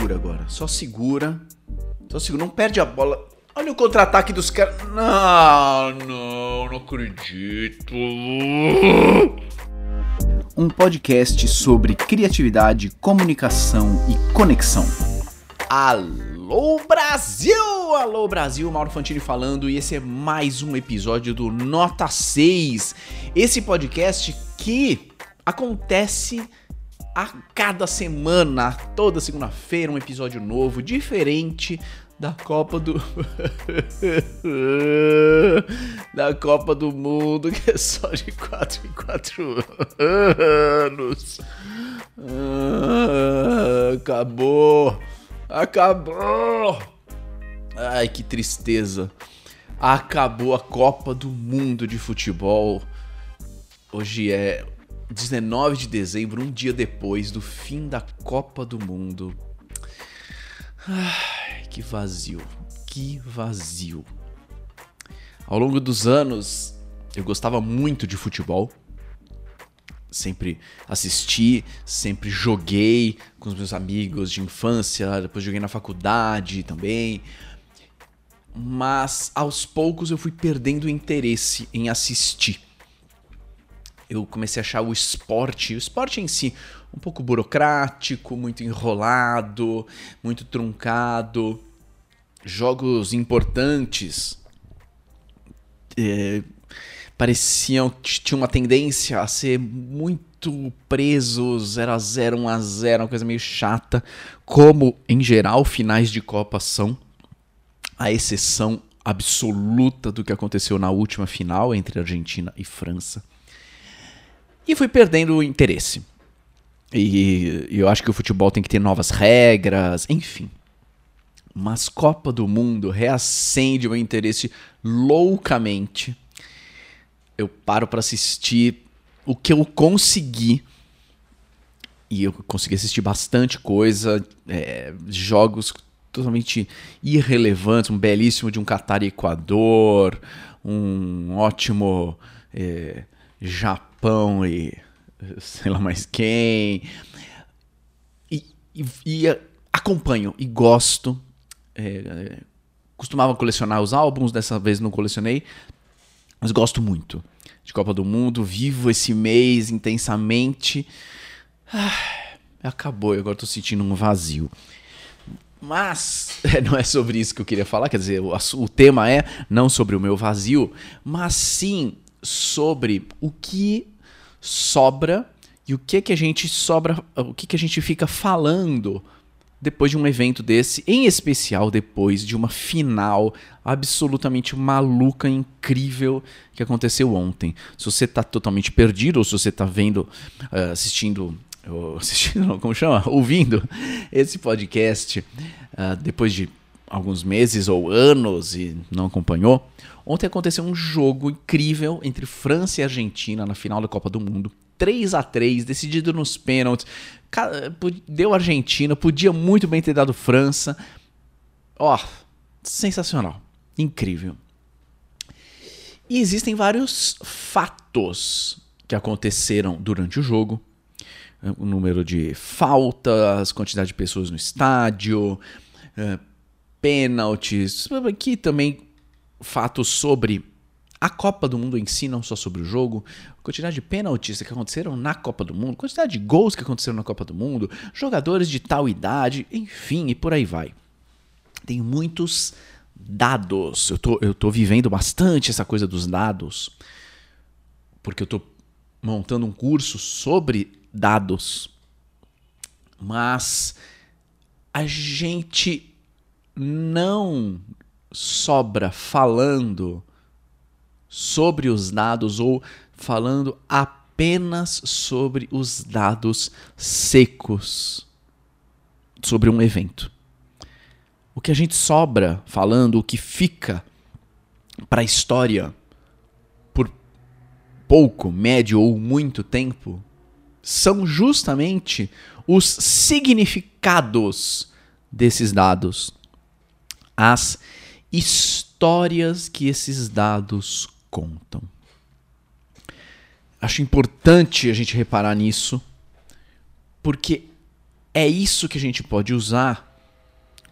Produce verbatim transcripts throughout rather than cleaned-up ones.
segura agora. Só segura. Só segura. Não perde a bola. Olha o contra-ataque dos caras. Não, não, não acredito. Um podcast sobre criatividade, comunicação e conexão. Alô Brasil! Alô Brasil, Mauro Fantini falando, e esse é mais um episódio do Nota seis. Esse podcast que acontece a cada semana, toda segunda-feira, um episódio novo, diferente da Copa do... da Copa do Mundo, que é só de quatro em quatro anos. Ah, acabou. Acabou. Ai, que tristeza. Acabou a Copa do Mundo de futebol. Hoje é dezenove de dezembro, um dia depois do fim da Copa do Mundo. Ai, que vazio, que vazio. Ao longo dos anos, eu gostava muito de futebol. Sempre assisti, sempre joguei com os meus amigos de infância, depois joguei na faculdade também. Mas aos poucos eu fui perdendo o interesse em assistir. Eu comecei a achar o esporte, o esporte em si, um pouco burocrático, muito enrolado, muito truncado. Jogos importantes é, pareciam que tinham uma tendência a ser muito presos, zero a zero, um a zero, uma coisa meio chata, como em geral finais de Copa são, a exceção absoluta do que aconteceu na última final entre Argentina e França. E fui perdendo o interesse. E, e eu acho que o futebol tem que ter novas regras, enfim. Mas Copa do Mundo reacende o meu interesse loucamente. Eu paro para assistir o que eu consegui. E eu consegui assistir bastante coisa. É, jogos totalmente irrelevantes. Um belíssimo de um Catar e Equador. Um ótimo é, Japão e sei lá mais quem. E, e, e acompanho e gosto. É, costumava colecionar os álbuns, dessa vez não colecionei. Mas gosto muito de Copa do Mundo, vivo esse mês intensamente. Ah, acabou, agora estou sentindo um vazio. Mas não é sobre isso que eu queria falar, quer dizer, o, o tema é não sobre o meu vazio, mas sim sobre o que sobra e o que que a gente sobra, o que que a gente fica falando depois de um evento desse, em especial depois de uma final absolutamente maluca, incrível que aconteceu ontem. Se você está totalmente perdido ou se você está vendo, uh, assistindo, uh, assistindo não, como chama? Ouvindo esse podcast uh, depois de alguns meses ou anos e não acompanhou, ontem aconteceu um jogo incrível entre França e Argentina na final da Copa do Mundo. três a três, decidido nos pênaltis. Deu Argentina, podia muito bem ter dado França. Ó, oh, sensacional, incrível. E existem vários fatos que aconteceram durante o jogo. O número de faltas, quantidade de pessoas no estádio, pênaltis, aqui também fatos sobre a Copa do Mundo em si, não só sobre o jogo, quantidade de pênaltis que aconteceram na Copa do Mundo, quantidade de gols que aconteceram na Copa do Mundo, jogadores de tal idade, enfim, e por aí vai. Tem muitos dados, eu tô, eu tô vivendo bastante essa coisa dos dados, porque eu tô montando um curso sobre dados, mas a gente não sobra falando sobre os dados ou falando apenas sobre os dados secos sobre um evento. O que a gente sobra falando, o que fica para a história por pouco, médio ou muito tempo, são justamente os significados desses dados, as histórias que esses dados contam. Acho importante a gente reparar nisso, porque é isso que a gente pode usar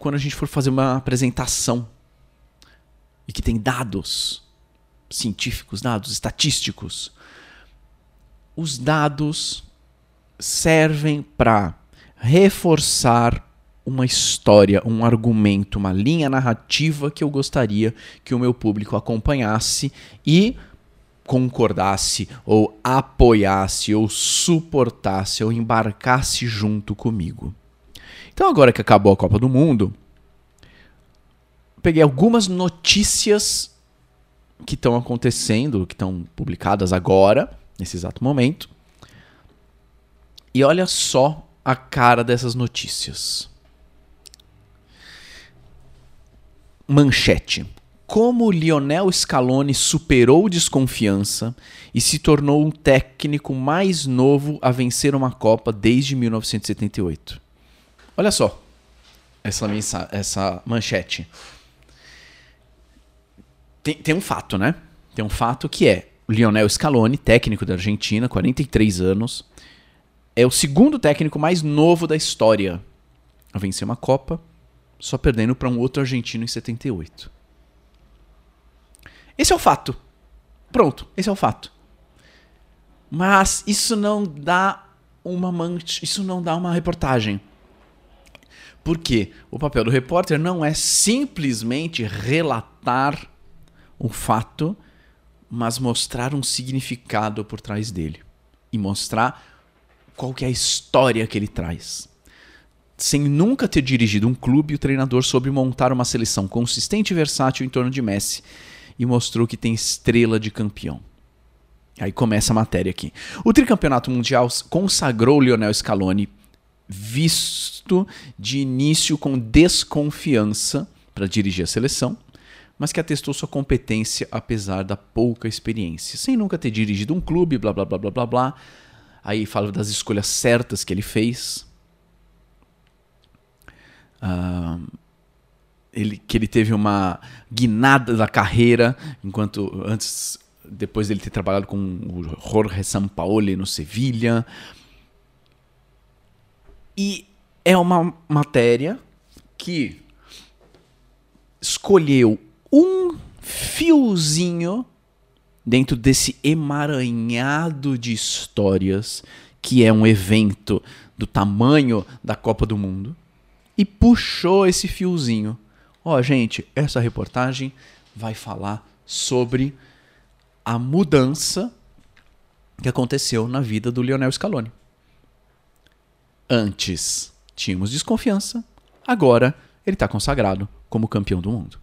quando a gente for fazer uma apresentação e que tem dados científicos, dados estatísticos, os dados servem para reforçar uma história, um argumento, uma linha narrativa que eu gostaria que o meu público acompanhasse e concordasse, ou apoiasse, ou suportasse, ou embarcasse junto comigo. Então, agora que acabou a Copa do Mundo, peguei algumas notícias que estão acontecendo, que estão publicadas agora, nesse exato momento, e olha só a cara dessas notícias. Manchete. Como Lionel Scaloni superou desconfiança e se tornou o técnico mais novo a vencer uma Copa desde mil novecentos e setenta e oito. Olha só essa, mensa- essa manchete. Tem, tem um fato, né? Tem um fato que é o Lionel Scaloni, técnico da Argentina, quarenta e três anos, é o segundo técnico mais novo da história a vencer uma Copa, só perdendo para um outro argentino em setenta e oito. Esse é o fato. Pronto, esse é o fato. Mas isso não dá uma manche, isso não dá uma reportagem. Por quê? O papel do repórter não é simplesmente relatar um fato, mas mostrar um significado por trás dele. E mostrar qual que é a história que ele traz. Sem nunca ter dirigido um clube, o treinador soube montar uma seleção consistente e versátil em torno de Messi e mostrou que tem estrela de campeão. Aí começa a matéria aqui. O tricampeonato mundial consagrou Lionel Scaloni, visto de início com desconfiança para dirigir a seleção, mas que atestou sua competência apesar da pouca experiência. Sem nunca ter dirigido um clube, blá blá blá blá blá blá. Aí fala das escolhas certas que ele fez. Uh, ele, que ele teve uma guinada da carreira, enquanto antes, depois dele ter trabalhado com o Jorge Sampaoli no Sevilha. E é uma matéria que escolheu um fiozinho dentro desse emaranhado de histórias que é um evento do tamanho da Copa do Mundo e puxou esse fiozinho. Ó, gente, essa reportagem vai falar sobre a mudança que aconteceu na vida do Lionel Scaloni. Antes tínhamos desconfiança, agora ele está consagrado como campeão do mundo.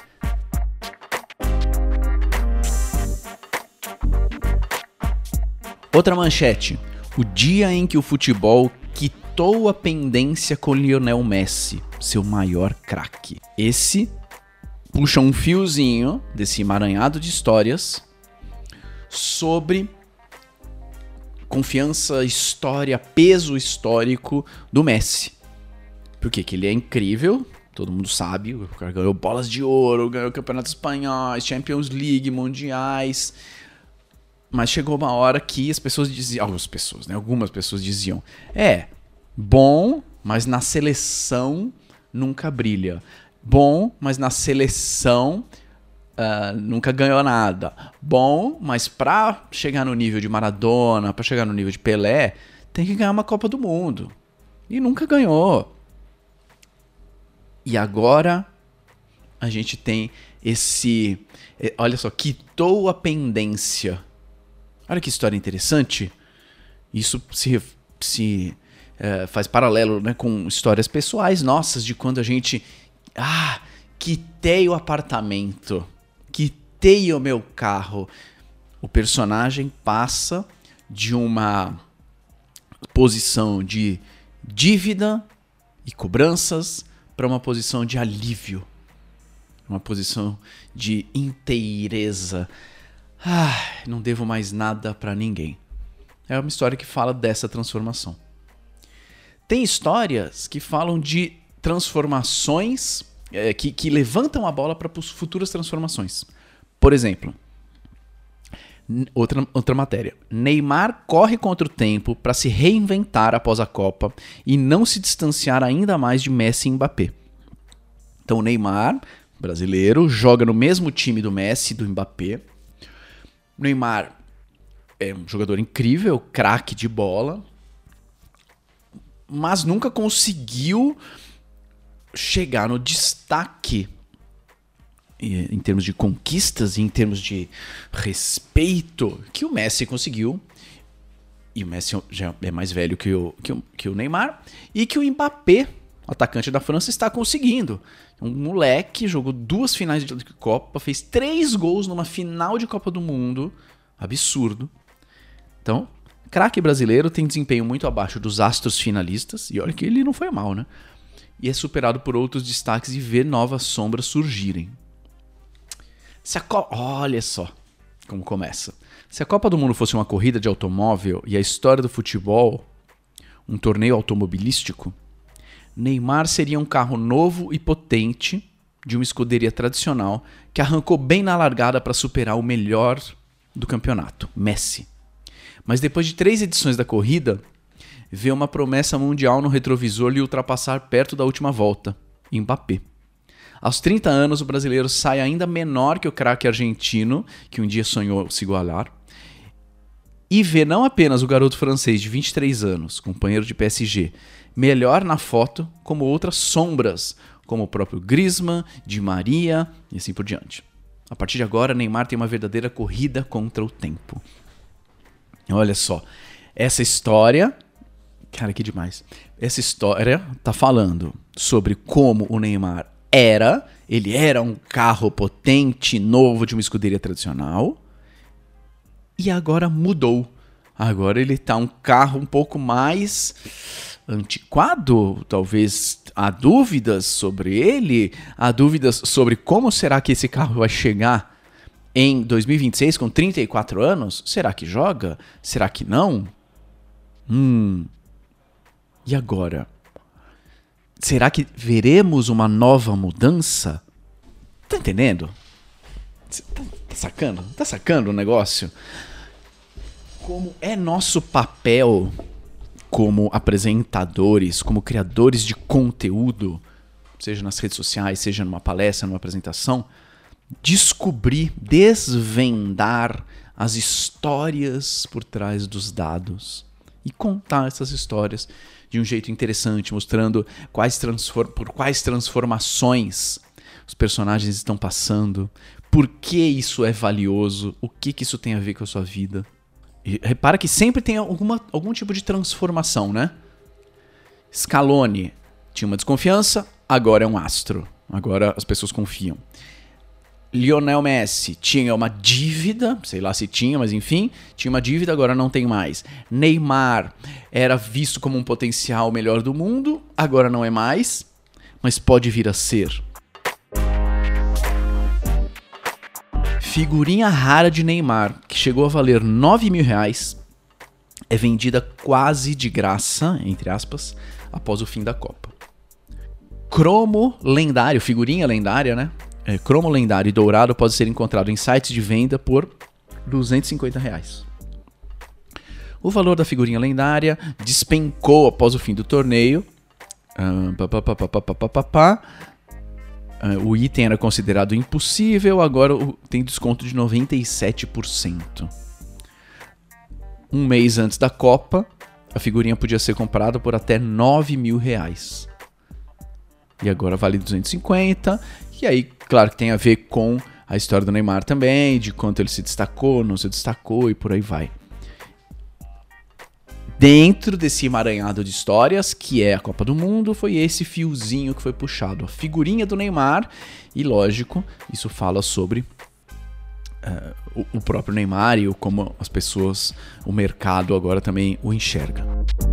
Outra manchete. O dia em que o futebol quitou a pendência com Lionel Messi, seu maior craque. Esse puxa um fiozinho desse emaranhado de histórias sobre confiança, história, peso histórico do Messi. Por quê? Que ele é incrível, todo mundo sabe, o cara ganhou bolas de ouro, ganhou campeonatos espanhóis, Champions League, mundiais. Mas chegou uma hora que as pessoas diziam, algumas pessoas, né? Algumas pessoas diziam, é, bom, mas na seleção nunca brilha. Bom, mas na seleção uh, nunca ganhou nada. Bom, mas pra chegar no nível de Maradona, pra chegar no nível de Pelé, tem que ganhar uma Copa do Mundo. E nunca ganhou. E agora a gente tem esse, olha só, quitou a pendência. Olha que história interessante. Isso se, se é, faz paralelo, né, com histórias pessoais nossas de quando a gente... Ah, quitei o apartamento. Quitei o meu carro. O personagem passa de uma posição de dívida e cobranças para uma posição de alívio. Uma posição de inteireza. Ah, não devo mais nada para ninguém. É uma história que fala dessa transformação. Tem histórias que falam de transformações, é, que, que levantam a bola para futuras transformações. Por exemplo, outra, outra matéria. Neymar corre contra o tempo para se reinventar após a Copa e não se distanciar ainda mais de Messi e Mbappé. Então o Neymar, brasileiro, joga no mesmo time do Messi e do Mbappé. O Neymar é um jogador incrível, craque de bola, mas nunca conseguiu chegar no destaque em termos de conquistas e em termos de respeito que o Messi conseguiu. E o Messi já é mais velho que o, que o, que o Neymar. E que o Mbappé, atacante da França, está conseguindo. Um moleque jogou duas finais de Copa, fez três gols numa final de Copa do Mundo. Absurdo. Então, craque brasileiro, tem desempenho muito abaixo dos astros finalistas. E olha que ele não foi mal, né? E é superado por outros destaques e vê novas sombras surgirem. Se a Copa... Olha só como começa. Se a Copa do Mundo fosse uma corrida de automóvel e a história do futebol um torneio automobilístico, Neymar seria um carro novo e potente de uma escuderia tradicional que arrancou bem na largada para superar o melhor do campeonato, Messi. Mas depois de três edições da corrida, vê uma promessa mundial no retrovisor lhe ultrapassar perto da última volta, Mbappé. Aos trinta anos, o brasileiro sai ainda menor que o craque argentino, que um dia sonhou se igualar, e vê não apenas o garoto francês de vinte e três anos, companheiro de P S G, melhor na foto, como outras sombras, como o próprio Griezmann, Di Maria e assim por diante. A partir de agora, Neymar tem uma verdadeira corrida contra o tempo. Olha só, essa história... Cara, que demais. Essa história tá falando sobre como o Neymar era, ele era um carro potente, novo de uma escuderia tradicional, e agora mudou. Agora ele tá um carro um pouco mais antiquado, talvez há dúvidas sobre ele, há dúvidas sobre como será que esse carro vai chegar em dois mil e vinte e seis com trinta e quatro anos. Será que joga? Será que não? Hum... E agora? Será que veremos uma nova mudança? Tá entendendo? Tá, tá sacando? Tá sacando o negócio? Como é nosso papel como apresentadores, como criadores de conteúdo, seja nas redes sociais, seja numa palestra, numa apresentação, descobrir, desvendar as histórias por trás dos dados e contar essas histórias de um jeito interessante, mostrando quais transform- por quais transformações os personagens estão passando, por que isso é valioso, o que, que isso tem a ver com a sua vida. E repara que sempre tem alguma, algum tipo de transformação, né? Scaloni tinha uma desconfiança, agora é um astro. Agora as pessoas confiam. Lionel Messi tinha uma dívida, sei lá se tinha, mas enfim, tinha uma dívida, agora não tem mais. Neymar era visto como um potencial melhor do mundo, agora não é mais, mas pode vir a ser. Figurinha rara de Neymar, que chegou a valer nove mil reais, é vendida quase de graça, entre aspas, após o fim da Copa. Cromo lendário, figurinha lendária, né? É, cromo lendário e dourado pode ser encontrado em sites de venda por duzentos e cinquenta reais. O valor da figurinha lendária despencou após o fim do torneio. Uh, pá, pá, pá, pá, pá, pá, pá. Uh, o item era considerado impossível, agora tem desconto de noventa e sete por cento. Um mês antes da Copa, a figurinha podia ser comprada por até nove mil reais. E agora vale duzentos e cinquenta. E aí, claro que tem a ver com a história do Neymar também, de quanto ele se destacou, não se destacou e por aí vai. Dentro desse emaranhado de histórias, que é a Copa do Mundo, foi esse fiozinho que foi puxado. A figurinha do Neymar. E, lógico, isso fala sobre uh, o, o próprio Neymar e o, como as pessoas, o mercado agora também o enxerga.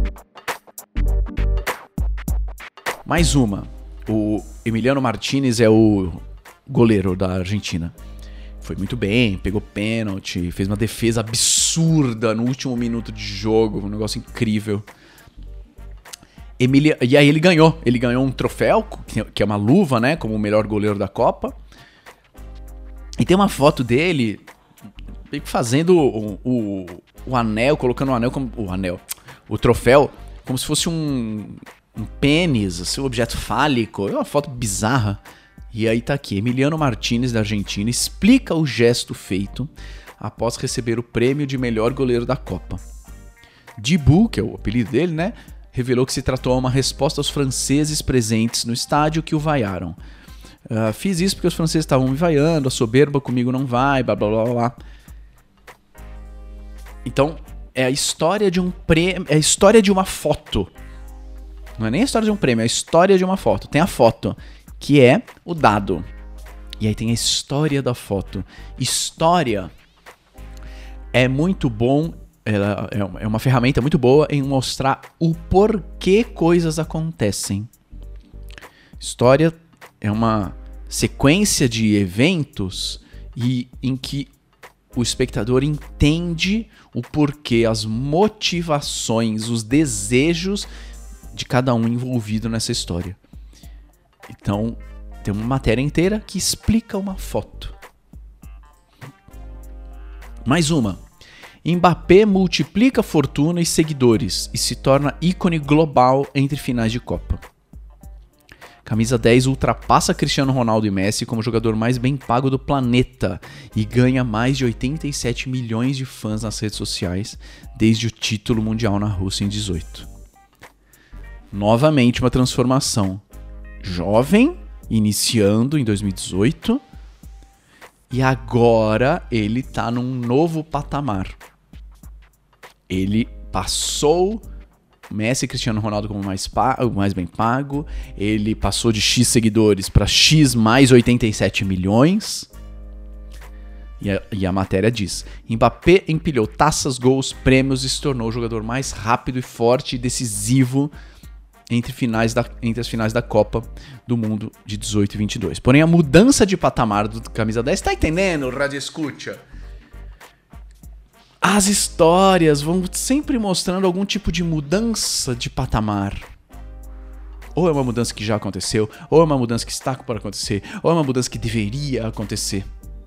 Mais uma. O Emiliano Martinez é o goleiro da Argentina. Foi muito bem, pegou pênalti, fez uma defesa absurda no último minuto de jogo, um negócio incrível. Emilia... E aí ele ganhou, ele ganhou um troféu, que é uma luva, né, como o melhor goleiro da Copa. E tem uma foto dele fazendo o, o, o anel, colocando o anel como... O anel, o troféu, como se fosse um... um pênis, assim, um objeto fálico, é uma foto bizarra. E aí tá aqui, Emiliano Martinez, da Argentina, explica o gesto feito após receber o prêmio de melhor goleiro da Copa. Dibu, que é o apelido dele, né, revelou que se tratou de uma resposta aos franceses presentes no estádio que o vaiaram. Uh, fiz isso porque os franceses estavam me vaiando, a soberba comigo não vai, blá blá blá blá. Então, é a história de um prêmio, é a história de uma foto. Não é nem a história de um prêmio, é a história de uma foto. Tem a foto, que é o dado. E aí tem a história da foto. História é muito bom, ela é uma ferramenta muito boa em mostrar o porquê coisas acontecem. História é uma sequência de eventos e em que o espectador entende o porquê, as motivações, os desejos de cada um envolvido nessa história. Então, tem uma matéria inteira que explica uma foto. Mais uma. Mbappé multiplica fortuna e seguidores e se torna ícone global entre finais de Copa. Camisa dez ultrapassa Cristiano Ronaldo e Messi como jogador mais bem pago do planeta e ganha mais de oitenta e sete milhões de fãs nas redes sociais desde o título mundial na Rússia em dezoito. Novamente uma transformação. Jovem, iniciando em dois mil e dezoito, e agora ele está num novo patamar. Ele passou Messi e Cristiano Ronaldo como mais, pago, mais bem pago. Ele passou de X seguidores para X mais oitenta e sete milhões. E a, e a matéria diz: Mbappé empilhou taças, gols, prêmios e se tornou o jogador mais rápido e forte e decisivo entre, finais da, entre as finais da Copa do Mundo de dezoito e vinte e dois. Porém, a mudança de patamar do camisa dez, tá entendendo, Rádio Escucha? As histórias vão sempre mostrando algum tipo de mudança de patamar. Ou é uma mudança que já aconteceu, ou é uma mudança que está por acontecer, ou é uma mudança que deveria acontecer.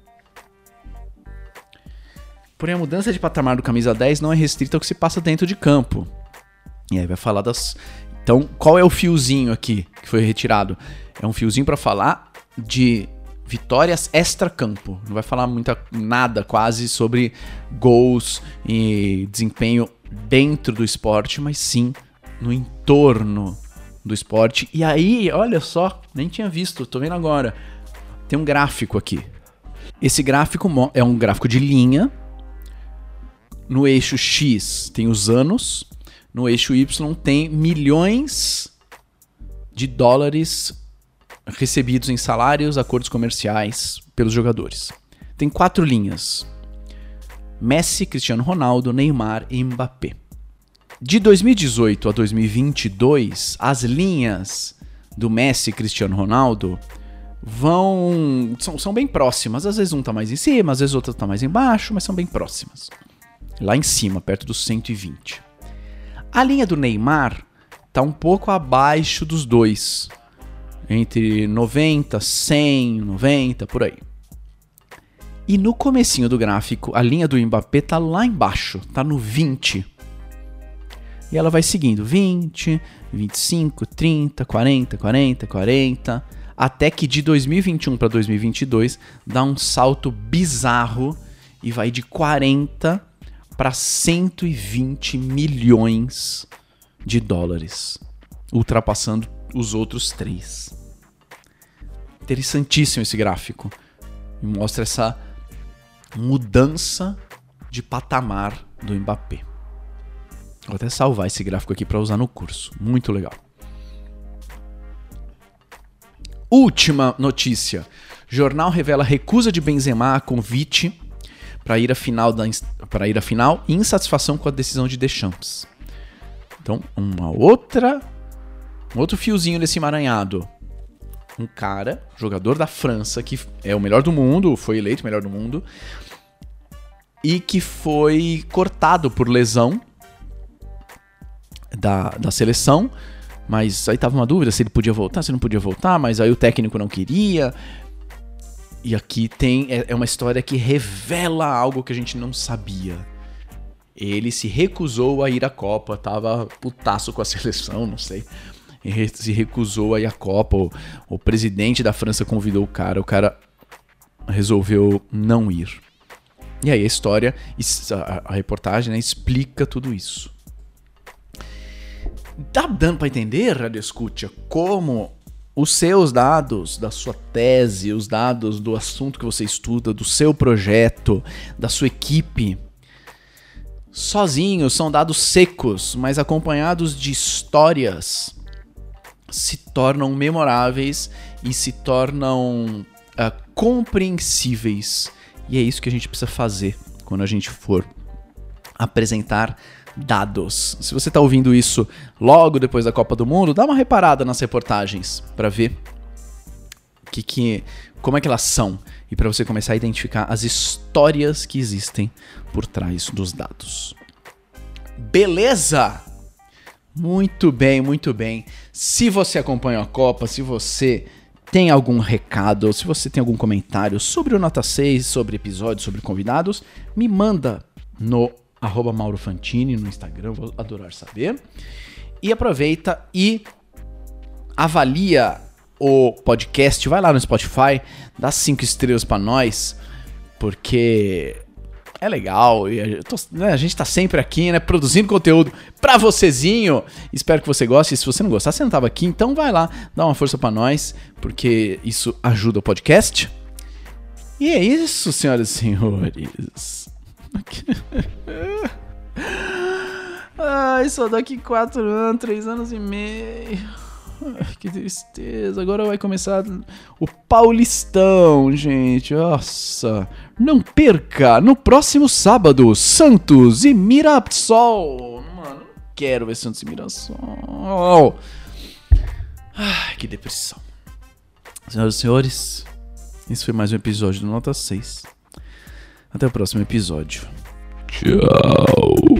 Porém, a mudança de patamar do camisa dez não é restrita ao que se passa dentro de campo. E aí vai falar das... Então, qual é o fiozinho aqui que foi retirado? É um fiozinho para falar de vitórias extra-campo. Não vai falar muita, nada quase sobre gols e desempenho dentro do esporte, mas sim no entorno do esporte. E aí, olha só, nem tinha visto, tô vendo agora. Tem um gráfico aqui. Esse gráfico é um gráfico de linha. No eixo X tem os anos. No eixo Y tem milhões de dólares recebidos em salários, acordos comerciais pelos jogadores. Tem quatro linhas: Messi, Cristiano Ronaldo, Neymar e Mbappé. De dois mil e dezoito a dois mil e vinte e dois, as linhas do Messi e Cristiano Ronaldo vão são, são bem próximas. Às vezes um tá mais em cima, às vezes outro tá mais embaixo, mas são bem próximas. Lá em cima, perto dos cento e vinte. A linha do Neymar tá um pouco abaixo dos dois. Entre noventa, cem, noventa, por aí. E no comecinho do gráfico, a linha do Mbappé tá lá embaixo, tá no vinte. E ela vai seguindo vinte, vinte e cinco, trinta, quarenta, quarenta, quarenta, até que de dois mil e vinte e um para dois mil e vinte e dois dá um salto bizarro e vai de quarenta para cento e vinte milhões de dólares, ultrapassando os outros três. Interessantíssimo esse gráfico. Mostra essa mudança de patamar do Mbappé. Vou até salvar esse gráfico aqui para usar no curso. Muito legal. Última notícia. Jornal revela recusa de Benzema a convite para ir à final da para ir à final e insatisfação com a decisão de Deschamps. Então, uma outra um outro fiozinho nesse emaranhado. Um cara, jogador da França, que é o melhor do mundo, foi eleito o melhor do mundo, e que foi cortado por lesão da, da seleção, mas aí tava uma dúvida se ele podia voltar, se não podia voltar, mas aí o técnico não queria. E aqui tem é, é uma história que revela algo que a gente não sabia. Ele se recusou a ir à Copa, tava putaço com a seleção, não sei. e se recusou a ir à Copa. O, o presidente da França convidou o cara, o cara resolveu não ir. E aí a história, a, a reportagem, né, explica tudo isso. Tá dando pra entender, Radio Escucha, como os seus dados da sua tese, os dados do assunto que você estuda, do seu projeto, da sua equipe, sozinhos são dados secos, mas acompanhados de histórias, se tornam memoráveis e se tornam uh, compreensíveis. E é isso que a gente precisa fazer quando a gente for apresentar dados. Se você está ouvindo isso logo depois da Copa do Mundo, dá uma reparada nas reportagens para ver que, que, como é que elas são e para você começar a identificar as histórias que existem por trás dos dados. Beleza? Muito bem, muito bem. Se você acompanha a Copa, se você tem algum recado, ou se você tem algum comentário sobre o Nota seis, sobre episódios, sobre convidados, me manda no arroba Mauro Fantini no Instagram, vou adorar saber. E aproveita e avalia o podcast, vai lá no Spotify, dá cinco estrelas pra nós, porque é legal, e a, tô, né, a gente tá sempre aqui, né, produzindo conteúdo pra vocêzinho. Espero que você goste. E se você não gostar, você não tava aqui, então vai lá, dá uma força pra nós, porque isso ajuda o podcast. E é isso, senhoras e senhores. Ai, só daqui quatro anos, três anos e meio. Ai, que tristeza. Agora vai começar o Paulistão, gente. Nossa. Não perca no próximo sábado, Santos e Mirassol. Mano, não quero ver Santos e Mirassol. Ai, que depressão. Senhoras e senhores, esse foi mais um episódio do Nota seis. Até o próximo episódio. Tchau.